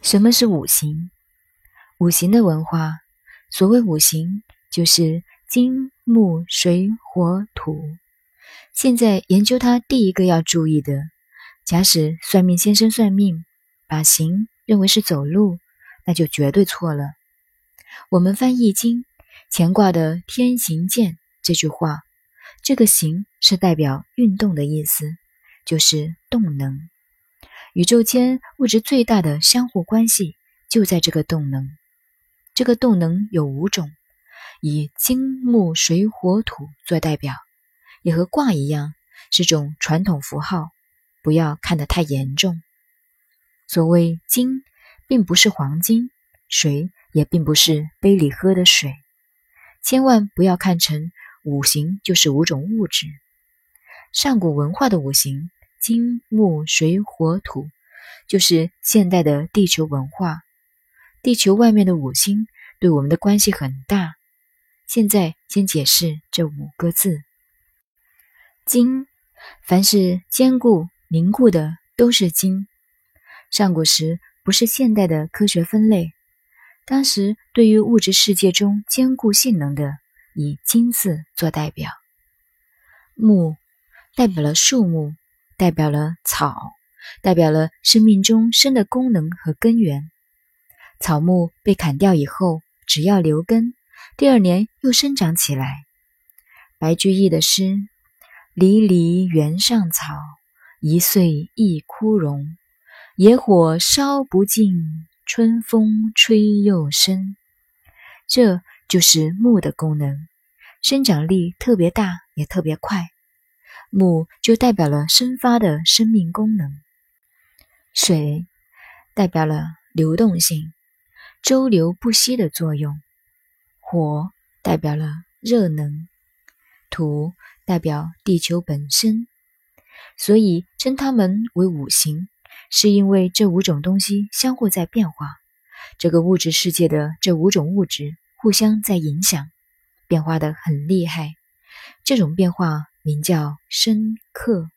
什么是五行？五行的文化，所谓五行，就是金、木、水、火、土。现在研究它第一个要注意的，假使算命先生算命，把行认为是走路，那就绝对错了。我们翻易经，乾卦的天行健这句话，这个行是代表运动的意思，就是动能。宇宙间物质最大的相互关系就在这个动能。这个动能有5种，以金木水火土做代表，也和卦一样，是种传统符号，不要看得太严重。所谓金，并不是黄金，水也并不是杯里喝的水，千万不要看成五行就是5种物质。上古文化的五行，金木水火土，就是现代的地球文化。地球外面的5星对我们的关系很大。现在先解释这5个字。金，凡是坚固凝固的都是金。上古时不是现代的科学分类，当时对于物质世界中坚固性能的，以金字做代表。木，代表了树木，代表了草，代表了生命中生的功能和根源。草木被砍掉以后，只要留根，第2年又生长起来。白居易的诗：离离原上草，一岁一枯荣。野火烧不尽，春风吹又生。这就是木的功能，生长力特别大，也特别快。木就代表了生发的生命功能。水代表了流动性，周流不息的作用。火代表了热能，土代表地球本身。所以称它们为五行，是因为这5种东西相互在变化，这个物质世界的这5种物质互相在影响，变化得很厉害。这种变化名叫生克。